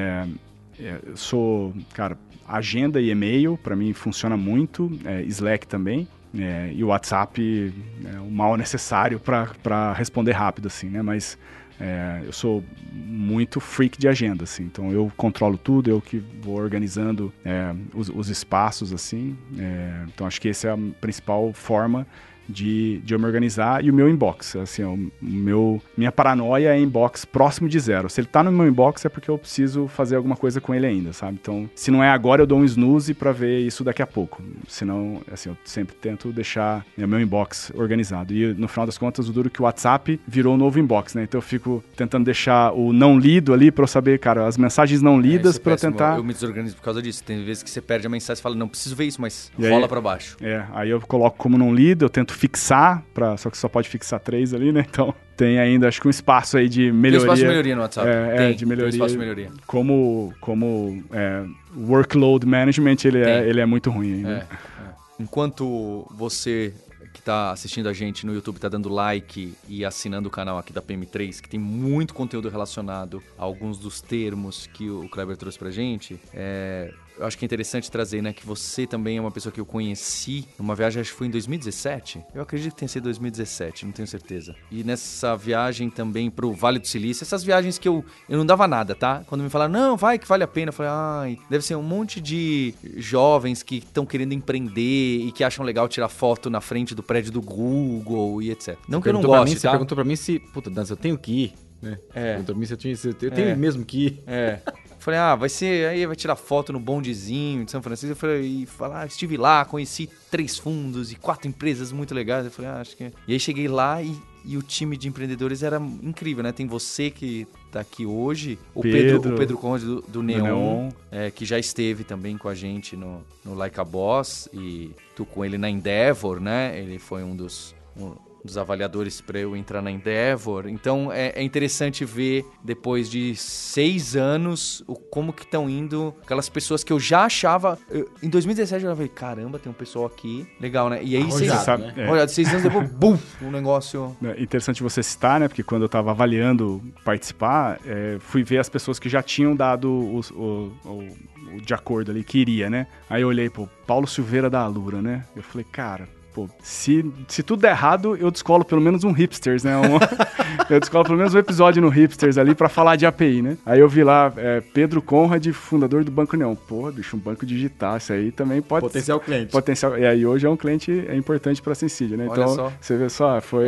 Eu sou, cara, agenda e e-mail, para mim funciona muito, Slack também, e o WhatsApp é o mal necessário para responder rápido, assim, né? Mas eu sou muito freak de agenda, assim, então eu controlo tudo, eu que vou organizando os espaços, assim, então acho que essa é a principal forma de eu me organizar. E o meu inbox, assim, minha paranoia é inbox próximo de zero. Se ele tá no meu inbox é porque eu preciso fazer alguma coisa com ele ainda, sabe? Então, se não é agora, eu dou um snooze pra ver isso daqui a pouco. Senão, assim, eu sempre tento deixar meu inbox organizado. E no final das contas, o duro que o WhatsApp virou um novo inbox, né? Então eu fico tentando deixar o não lido ali pra eu saber, cara, as mensagens não lidas pra eu tentar... Eu me desorganizo por causa disso. Tem vezes que você perde a mensagem e fala, não preciso ver isso, mas rola pra baixo. Aí eu coloco como não lido, eu tento fixar, só que só pode fixar 3 ali, né? Então tem ainda, acho que um espaço aí de melhoria. Tem espaço de melhoria no WhatsApp. De melhoria. Tem espaço de melhoria. Como workload management, ele é muito ruim ainda. Enquanto você que está assistindo a gente no YouTube está dando like e assinando o canal aqui da PM3, que tem muito conteúdo relacionado a alguns dos termos que o Kleber trouxe pra gente, eu acho que é interessante trazer, né, que você também é uma pessoa que eu conheci numa viagem, acho que foi em 2017. Eu acredito que tenha sido 2017, não tenho certeza. E nessa viagem também pro Vale do Silício, essas viagens que eu não dava nada, tá? Quando me falaram, não, vai que vale a pena, eu falei, deve ser um monte de jovens que estão querendo empreender e que acham legal tirar foto na frente do prédio do Google e etc. Não que eu não goste, tá? Você perguntou pra mim se, puta, Dança, eu tenho que ir, né? Perguntou pra mim se eu tenho mesmo que ir. falei, vai ser, aí vai tirar foto no bondezinho de São Francisco. Eu falei, e falar, estive lá, conheci 3 fundos e 4 empresas muito legais. Eu falei, acho que... E aí cheguei lá e o time de empreendedores era incrível, né? Tem você que tá aqui hoje, o Pedro Conde do Neon, que já esteve também com a gente no Like a Boss, e tô com ele na Endeavor, né? Ele foi um dos avaliadores para eu entrar na Endeavor. Então é interessante ver, depois de 6 anos, como que estão indo aquelas pessoas que eu já achava... em 2017 eu já falei, caramba, tem um pessoal aqui, legal, né? E aí, olha, 6 anos depois, bum, um negócio... É interessante você citar, né? Porque quando eu estava avaliando participar, fui ver as pessoas que já tinham dado o de acordo ali, que iria, né? Aí eu olhei, Paulo Silveira da Alura, né? Eu falei, cara... Pô, se tudo der errado, eu descolo pelo menos um Hipsters, né? Eu descolo pelo menos um episódio no Hipsters ali pra falar de API, né? Aí eu vi lá, Pedro Conrad, fundador do Banco Neon. Porra, bicho, um banco digital, isso aí também pode... Potencial cliente. E aí hoje é um cliente importante pra Sensidia, né? Então, só. Você vê só, foi...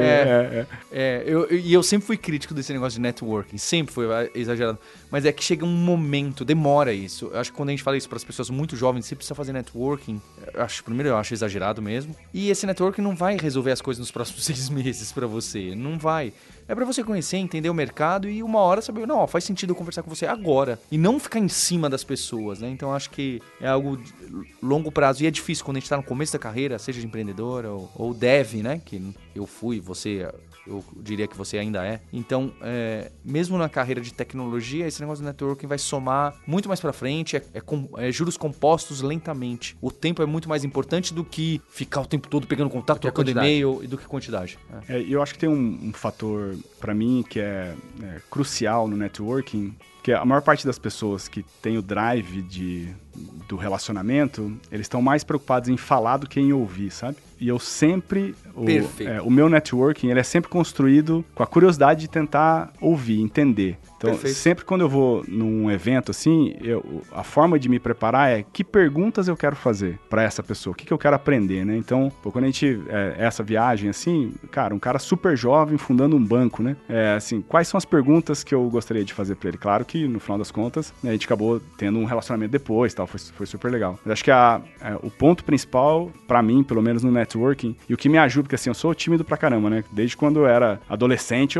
Eu sempre fui crítico desse negócio de networking, sempre foi exagerado. Mas é que chega um momento, demora isso. Eu acho que quando a gente fala isso para as pessoas muito jovens, você precisa fazer networking, primeiro eu acho exagerado mesmo. E esse networking não vai resolver as coisas nos próximos 6 meses para você, não vai. É para você conhecer, entender o mercado e uma hora saber, não, faz sentido eu conversar com você agora. E não ficar em cima das pessoas, né? Então eu acho que é algo de longo prazo. E é difícil quando a gente tá no começo da carreira, seja de empreendedor ou dev, né? Que eu fui, eu diria que você ainda é. Então, mesmo na carreira de tecnologia, esse negócio do networking vai somar muito mais pra frente, juros compostos lentamente. O tempo é muito mais importante do que ficar o tempo todo pegando contato, trocando e-mail, e do que quantidade. Eu acho que tem um fator, pra mim, que é crucial no networking, que a maior parte das pessoas que tem o drive do relacionamento, eles estão mais preocupados em falar do que em ouvir, sabe? E eu sempre... O meu networking, ele é sempre construído com a curiosidade de tentar ouvir, entender. Então, sempre quando eu vou num evento assim, a forma de me preparar é que perguntas eu quero fazer para essa pessoa, o que eu quero aprender, né? Então, quando a gente... essa viagem assim, cara, um cara super jovem fundando um banco, né? Assim, quais são as perguntas que eu gostaria de fazer para ele? Claro que, no final das contas, né, a gente acabou tendo um relacionamento depois, tal, foi super legal. Mas acho que o ponto principal, para mim, pelo menos no networking, e o que me ajuda, porque assim, eu sou tímido pra caramba, né? Desde quando eu era adolescente,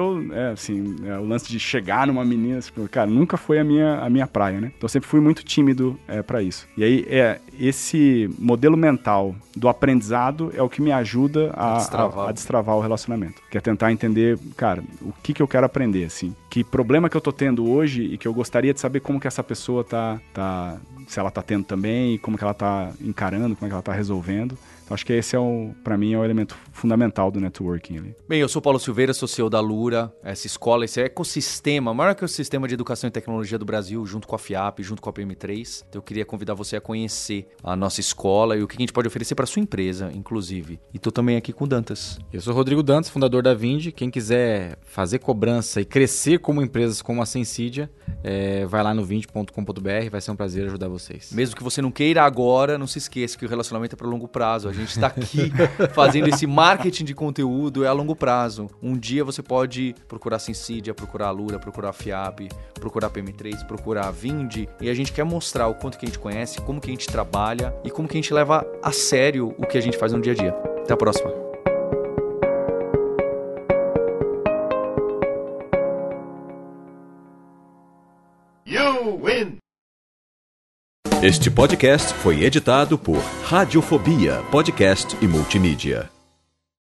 o lance de chegar numa menina, assim, cara, nunca foi a minha praia, né? Então eu sempre fui muito tímido pra isso. E aí, esse modelo mental do aprendizado é o que me ajuda a destravar o relacionamento. Que é tentar entender, cara, o que eu quero aprender, assim. Que problema que eu tô tendo hoje e que eu gostaria de saber como que essa pessoa se ela tá tendo também, e como que ela tá encarando, como é que ela tá resolvendo. Então, acho que esse para mim, é o elemento fundamental do networking ali. Bem, eu sou Paulo Silveira, sou CEO da Alura, essa escola, esse ecossistema, o maior ecossistema de educação e tecnologia do Brasil, junto com a FIAP, junto com a PM3. Então, eu queria convidar você a conhecer a nossa escola e o que a gente pode oferecer para sua empresa, inclusive. E tô também aqui com o Dantas. Eu sou Rodrigo Dantas, fundador da Vindi. Quem quiser fazer cobrança e crescer como empresas como a Sensidia, vai lá no vindi.com.br, vai ser um prazer ajudar vocês. Mesmo que você não queira agora, não se esqueça que o relacionamento é para longo prazo. A gente está aqui fazendo esse marketing de conteúdo, é a longo prazo. Um dia você pode procurar a Sensidia, procurar a Alura, procurar a FIAP, procurar a PM3, procurar a Vindi, e a gente quer mostrar o quanto que a gente conhece, como que a gente trabalha e como que a gente leva a sério o que a gente faz no dia a dia. Até a próxima. You win! Este podcast foi editado por Radiofobia, podcast e multimídia.